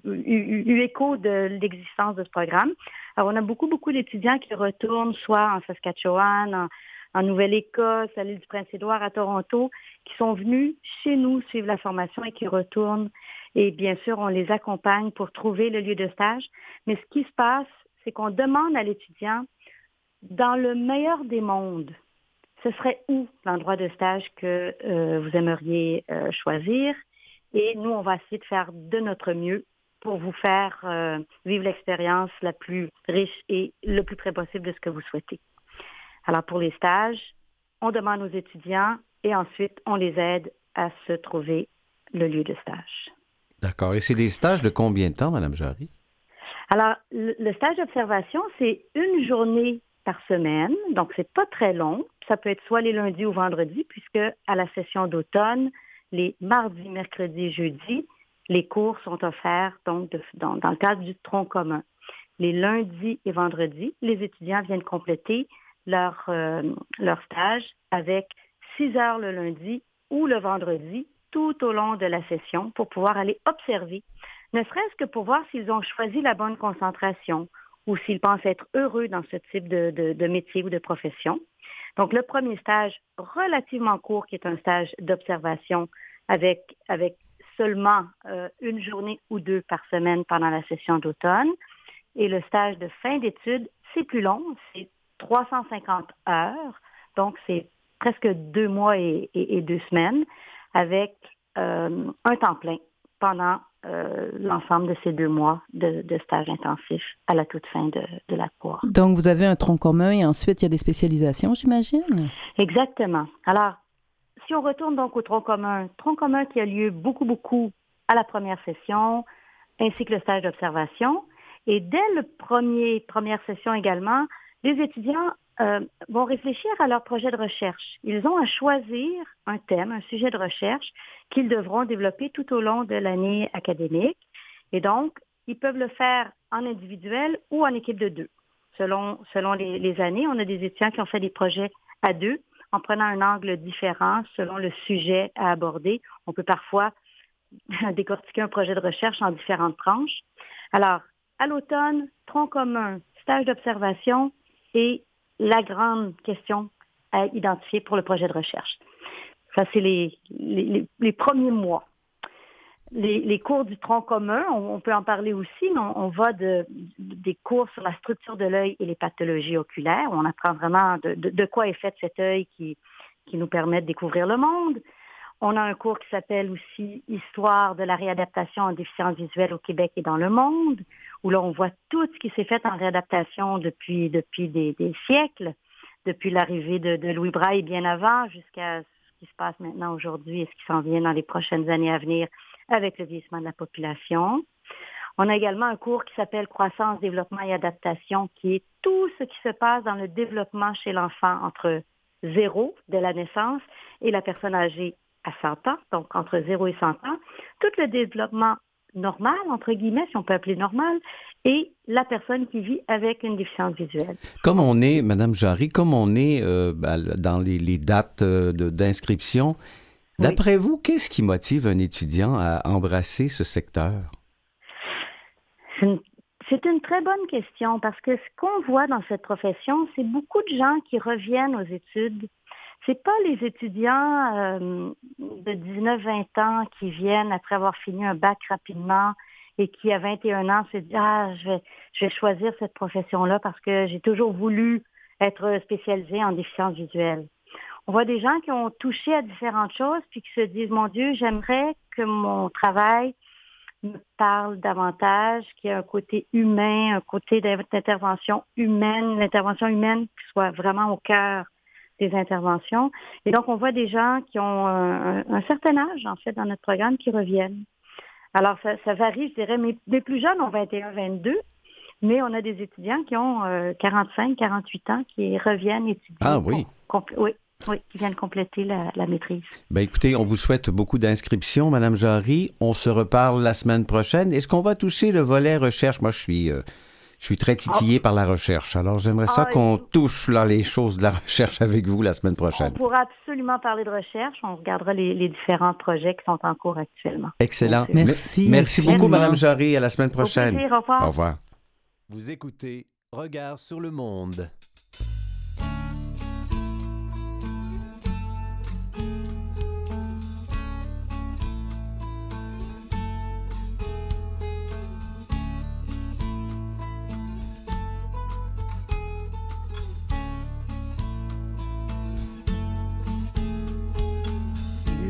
eu écho de l'existence de ce programme. Alors, on a beaucoup d'étudiants qui retournent soit en Saskatchewan, en Nouvelle-Écosse, à l'île du Prince-Édouard, à Toronto, qui sont venus chez nous suivre la formation et qui retournent. Et bien sûr, on les accompagne pour trouver le lieu de stage. Mais ce qui se passe, c'est qu'on demande à l'étudiant, dans le meilleur des mondes, ce serait où l'endroit de stage que vous aimeriez choisir. Et nous, on va essayer de faire de notre mieux pour vous faire vivre l'expérience la plus riche et le plus près possible de ce que vous souhaitez. Alors, pour les stages, on demande aux étudiants et ensuite, on les aide à se trouver le lieu de stage. D'accord. Et c'est des stages de combien de temps, Mme Jarry? Alors, le stage d'observation, c'est une journée par semaine, donc c'est pas très long. Ça peut être soit les lundis ou vendredis, puisque à la session d'automne, les mardis, mercredis et jeudis, les cours sont offerts donc dans le cadre du tronc commun. Les lundis et vendredis, les étudiants viennent compléter leur stage avec 6 heures le lundi ou le vendredi tout au long de la session pour pouvoir aller observer, ne serait-ce que pour voir s'ils ont choisi la bonne concentration ou s'ils pensent être heureux dans ce type de métier ou de profession. Donc, le premier stage relativement court, qui est un stage d'observation avec seulement une journée ou 2 par semaine pendant la session d'automne. Et le stage de fin d'études, c'est plus long, c'est 350 heures, donc c'est presque 2 mois et 2 semaines, avec un temps plein pendant l'ensemble de ces 2 mois de stage intensif à la toute fin de la cour. Donc, vous avez un tronc commun et ensuite, il y a des spécialisations, j'imagine? Exactement. Alors, si on retourne donc au tronc commun qui a lieu beaucoup à la première session, ainsi que le stage d'observation. Et dès la première session également, les étudiants vont réfléchir à leur projet de recherche. Ils ont à choisir un thème, un sujet de recherche qu'ils devront développer tout au long de l'année académique. Et donc, ils peuvent le faire en individuel ou en équipe de 2. Selon les années, on a des étudiants qui ont fait des projets à 2 en prenant un angle différent selon le sujet à aborder. On peut parfois décortiquer un projet de recherche en différentes tranches. Alors, à l'automne, tronc commun, stage d'observation et la grande question à identifier pour le projet de recherche. Ça, c'est les premiers mois. Les cours du tronc commun, on peut en parler aussi, mais on va des cours sur la structure de l'œil et les pathologies oculaires. On apprend vraiment de quoi est fait cet œil qui nous permet de découvrir le monde. On a un cours qui s'appelle aussi « Histoire de la réadaptation en déficience visuelle au Québec et dans le monde », où là, on voit tout ce qui s'est fait en réadaptation depuis des siècles, depuis l'arrivée de Louis Braille bien avant jusqu'à ce qui se passe maintenant aujourd'hui et ce qui s'en vient dans les prochaines années à venir avec le vieillissement de la population. On a également un cours qui s'appelle « Croissance, développement et adaptation », qui est tout ce qui se passe dans le développement chez l'enfant entre 0 de la naissance et la personne âgée à 100 ans, donc entre 0 et 100 ans, tout le développement normal, entre guillemets, si on peut appeler normal, et la personne qui vit avec une déficience visuelle. Comme on est, Mme Jarry, dans les dates d'inscription, d'après vous, qu'est-ce qui motive un étudiant à embrasser ce secteur? C'est une très bonne question parce que ce qu'on voit dans cette profession, c'est beaucoup de gens qui reviennent aux études. C'est pas les étudiants de 19-20 ans qui viennent après avoir fini un bac rapidement et qui, à 21 ans, se disent « Ah, je vais choisir cette profession-là parce que j'ai toujours voulu être spécialisée en déficience visuelle. » On voit des gens qui ont touché à différentes choses puis qui se disent « Mon Dieu, j'aimerais que mon travail me parle davantage, qu'il y ait un côté humain, un côté d'intervention humaine, l'intervention humaine qui soit vraiment au cœur des interventions. » Et donc, on voit des gens qui ont un certain âge, en fait, dans notre programme, qui reviennent. Alors, ça varie, je dirais. Mes plus jeunes ont 21, 22, mais on a des étudiants qui ont 45, 48 ans qui reviennent étudier. Ah oui? Oui, qui viennent compléter la maîtrise. Bien, écoutez, on vous souhaite beaucoup d'inscriptions, Mme Jarry. On se reparle la semaine prochaine. Est-ce qu'on va toucher le volet recherche? Moi, je suis très titillé par la recherche. Alors, j'aimerais ça qu'on touche les choses de la recherche avec vous la semaine prochaine. On pourra absolument parler de recherche. On regardera les différents projets qui sont en cours actuellement. Excellent. Merci. Merci beaucoup, Mme Jarry. À la semaine prochaine. Au plaisir, au revoir. Au revoir. Vous écoutez Regard sur le monde.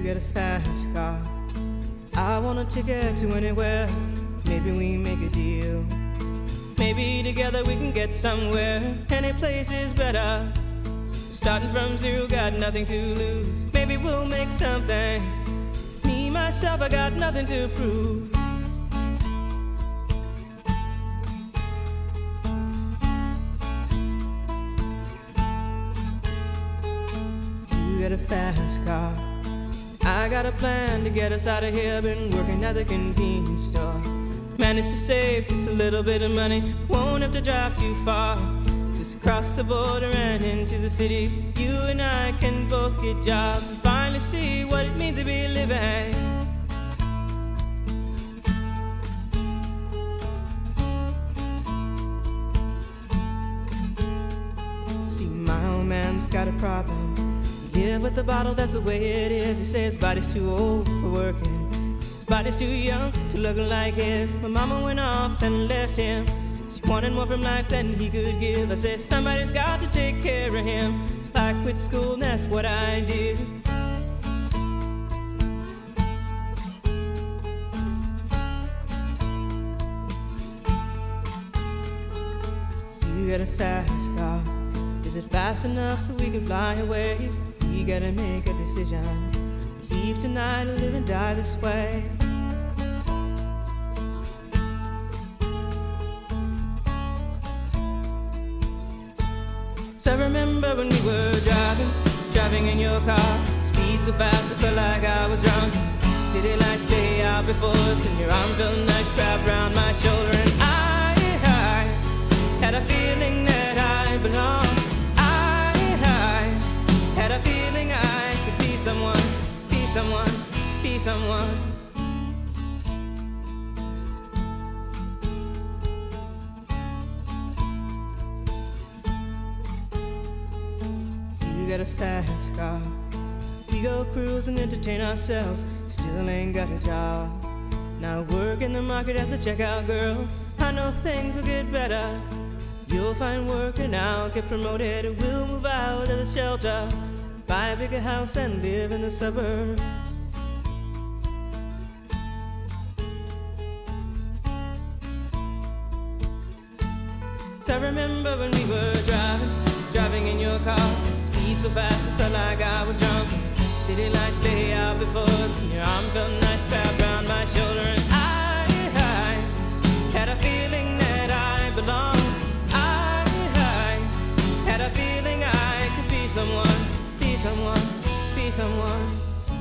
get a fast car. I want a ticket to anywhere. Maybe we make a deal. Maybe together we can get somewhere. Any place is better. Starting from zero, got nothing to lose. Maybe we'll make something. Me, myself, I got nothing to prove. You got a fast car. I got a plan to get us out of here. Been working at the convenience store. Managed to save just a little bit of money. Won't have to drive too far. Just cross the border and into the city. You and I can both get jobs and finally see what it means to be living. See, my old man's got a problem. Yeah, but the bottle, that's the way it is. He says his body's too old for working. His body's too young to look like his. My mama went off and left him. She wanted more from life than he could give. I said, somebody's got to take care of him. So I quit school and that's what I did. You got a fast car. Is it fast enough so we can fly away? We gotta make a decision. Leave tonight or live and die this way. So I remember when we were driving in your car. Speed so fast I felt like I was drunk. City lights lay out before us and your arm felt nice wrapped around my shoulder. And I had a feeling that I belonged. Had a feeling I could be someone, be someone, be someone. You got a fast car. We go cruise and entertain ourselves. Still ain't got a job. Now work in the market as a checkout girl. I know things will get better. You'll find work and I'll get promoted. We'll move out of the shelter, buy a bigger house and live in the suburbs. So I remember when we were driving in your car. Speed so fast I felt like I was drunk. City lights lay out before us and your arm felt nice wrapped around my shoulder. And I had a feeling that I belonged. Had a feeling I could be someone, be someone, be someone.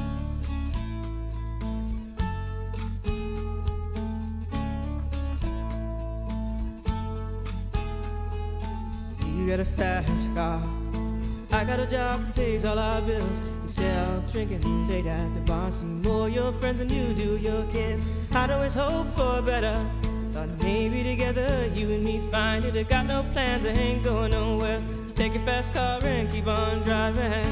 You got a fast car. I got a job that pays all our bills. Instead of drinking late at the bar, see more your friends than you do your kids. I'd always hope for better. Thought maybe together you and me find it. I got no plans, I ain't going nowhere. So take your fast car and keep on driving.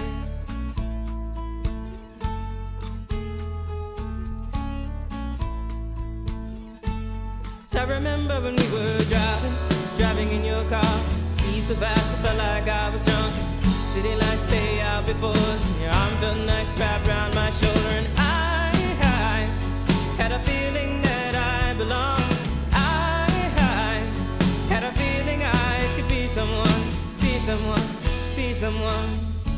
So I remember when we were driving in your car. Speed so fast I felt like I was drunk. City lights lay out before us and your arm felt nice wrapped around my shoulder. And I had a feeling that I belonged. Had a feeling I could be someone, be someone, be someone.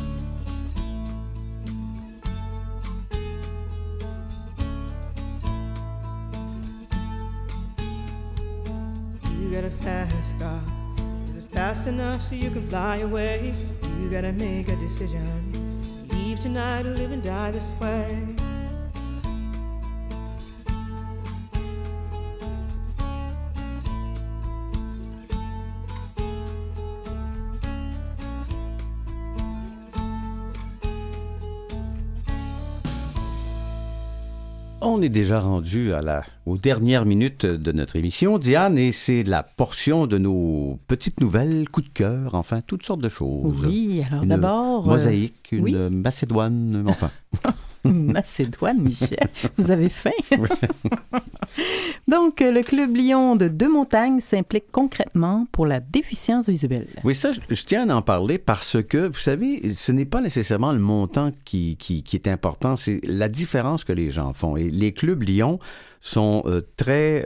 You got a fast car. Is it fast enough so you can fly away? You gotta make a decision. Leave tonight or live and die this way. On est déjà rendu aux dernières minutes de notre émission, Diane, et c'est la portion de nos petites nouvelles, coups de cœur, enfin, toutes sortes de choses. Oui, alors une d'abord... mosaïque, une oui? Macédoine, enfin... Macédoine, Michel, vous avez faim? Donc, le Club Lion de Deux-Montagnes s'implique concrètement pour la déficience visuelle. Oui, ça, je tiens à en parler parce que, vous savez, ce n'est pas nécessairement le montant qui est important, c'est la différence que les gens font. Et les Clubs Lion sont très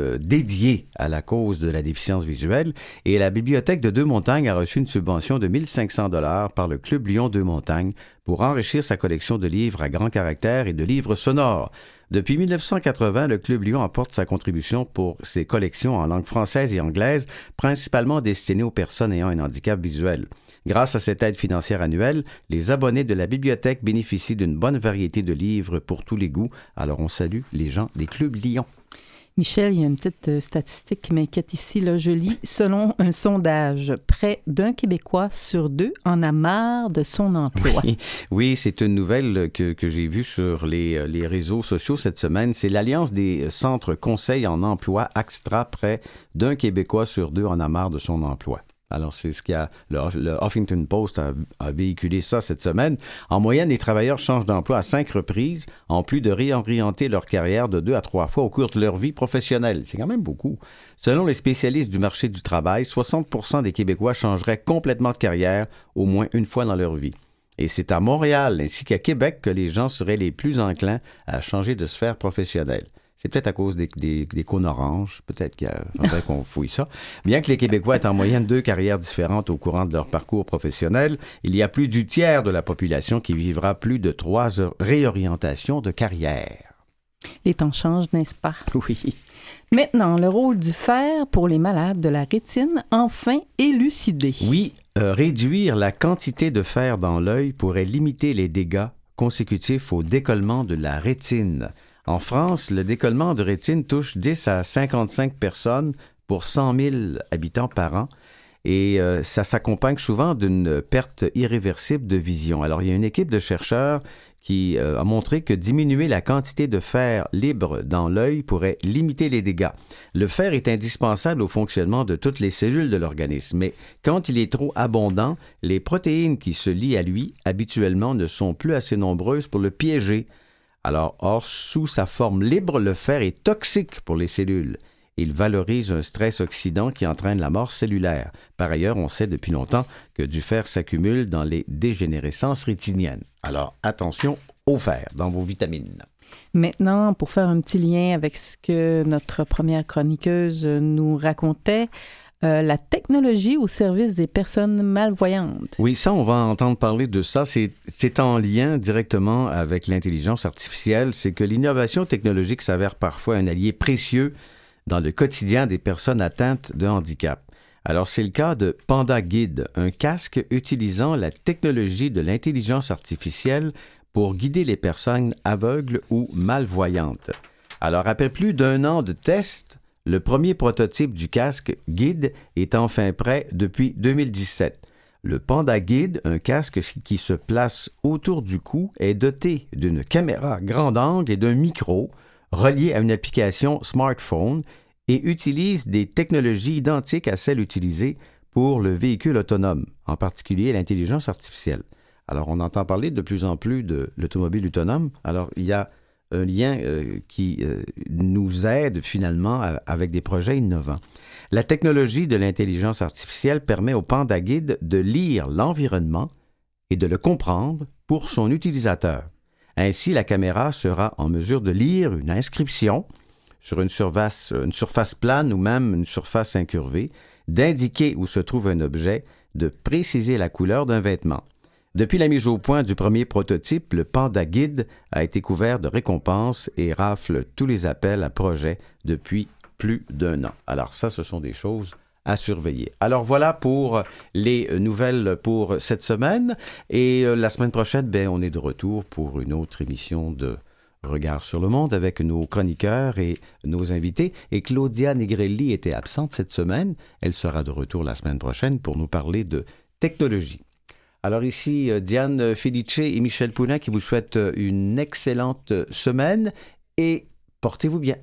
dédiés à la cause de la déficience visuelle. Et la Bibliothèque de Deux-Montagnes a reçu une subvention de 1 500 $ par le Club Lion Deux-Montagnes pour enrichir sa collection de livres à grand caractère et de livres sonores. Depuis 1980, le Club Lion apporte sa contribution pour ses collections en langue française et anglaise, principalement destinées aux personnes ayant un handicap visuel. Grâce à cette aide financière annuelle, les abonnés de la bibliothèque bénéficient d'une bonne variété de livres pour tous les goûts. Alors, on salue les gens des Clubs Lion. Michel, il y a une petite statistique qui m'inquiète ici. Là, je lis, selon un sondage, près d'un Québécois sur 2 en a marre de son emploi. Oui, c'est une nouvelle que j'ai vue sur les réseaux sociaux cette semaine. C'est l'Alliance des centres conseils en emploi, AXTRA, près d'un Québécois sur 2 en a marre de son emploi. Alors, c'est ce qu'il y a. Le Huffington Post a véhiculé ça cette semaine. En moyenne, les travailleurs changent d'emploi à 5 reprises, en plus de réorienter leur carrière de 2 à 3 fois au cours de leur vie professionnelle. C'est quand même beaucoup. Selon les spécialistes du marché du travail, 60% des Québécois changeraient complètement de carrière au moins une fois dans leur vie. Et c'est à Montréal ainsi qu'à Québec que les gens seraient les plus enclins à changer de sphère professionnelle. C'est peut-être à cause des cônes oranges. Peut-être qu'il faudrait qu'on fouille ça. Bien que les Québécois aient en moyenne 2 carrières différentes au courant de leur parcours professionnel, il y a plus du tiers de la population qui vivra plus de 3 réorientations de carrière. Les temps changent, n'est-ce pas? Oui. Maintenant, le rôle du fer pour les malades de la rétine, enfin élucidé. Oui, réduire la quantité de fer dans l'œil pourrait limiter les dégâts consécutifs au décollement de la rétine. En France, le décollement de rétine touche 10 à 55 personnes pour 100 000 habitants par an et ça s'accompagne souvent d'une perte irréversible de vision. Alors, il y a une équipe de chercheurs qui a montré que diminuer la quantité de fer libre dans l'œil pourrait limiter les dégâts. Le fer est indispensable au fonctionnement de toutes les cellules de l'organisme, mais quand il est trop abondant, les protéines qui se lient à lui habituellement ne sont plus assez nombreuses pour le piéger. Alors, or, sous sa forme libre, le fer est toxique pour les cellules. Il valorise un stress oxydant qui entraîne la mort cellulaire. Par ailleurs, on sait depuis longtemps que du fer s'accumule dans les dégénérescences rétiniennes. Alors, attention au fer dans vos vitamines. Maintenant, pour faire un petit lien avec ce que notre première chroniqueuse nous racontait, la technologie au service des personnes malvoyantes. Oui, ça, on va entendre parler de ça. C'est en lien directement avec l'intelligence artificielle. C'est que l'innovation technologique s'avère parfois un allié précieux dans le quotidien des personnes atteintes de handicap. Alors, c'est le cas de Panda Guide, un casque utilisant la technologie de l'intelligence artificielle pour guider les personnes aveugles ou malvoyantes. Alors, après plus d'1 an de tests, le premier prototype du casque Guide est enfin prêt depuis 2017. Le Panda Guide, un casque qui se place autour du cou, est doté d'une caméra grand angle et d'un micro relié à une application smartphone et utilise des technologies identiques à celles utilisées pour le véhicule autonome, en particulier l'intelligence artificielle. Alors, on entend parler de plus en plus de l'automobile autonome. Alors, il y a un lien qui nous aide finalement avec des projets innovants. La technologie de l'intelligence artificielle permet au Panda Guide de lire l'environnement et de le comprendre pour son utilisateur. Ainsi, la caméra sera en mesure de lire une inscription sur une surface plane ou même une surface incurvée, d'indiquer où se trouve un objet, de préciser la couleur d'un vêtement. Depuis la mise au point du premier prototype, le Panda Guide a été couvert de récompenses et rafle tous les appels à projets depuis plus d'1 an. Alors ça, ce sont des choses à surveiller. Alors voilà pour les nouvelles pour cette semaine. Et la semaine prochaine, on est de retour pour une autre émission de Regard sur le monde avec nos chroniqueurs et nos invités. Et Claudia Negrelli était absente cette semaine. Elle sera de retour la semaine prochaine pour nous parler de technologie. Alors ici, Diane Felice et Michel Poulin qui vous souhaitent une excellente semaine et portez-vous bien.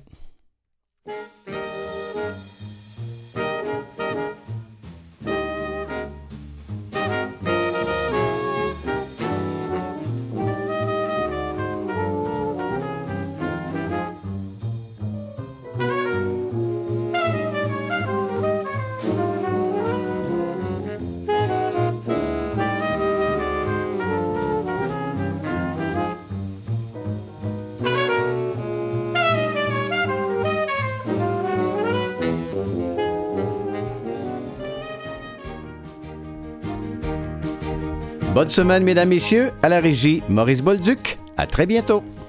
Bonne semaine, mesdames, messieurs. À la régie, Maurice Bolduc. À très bientôt.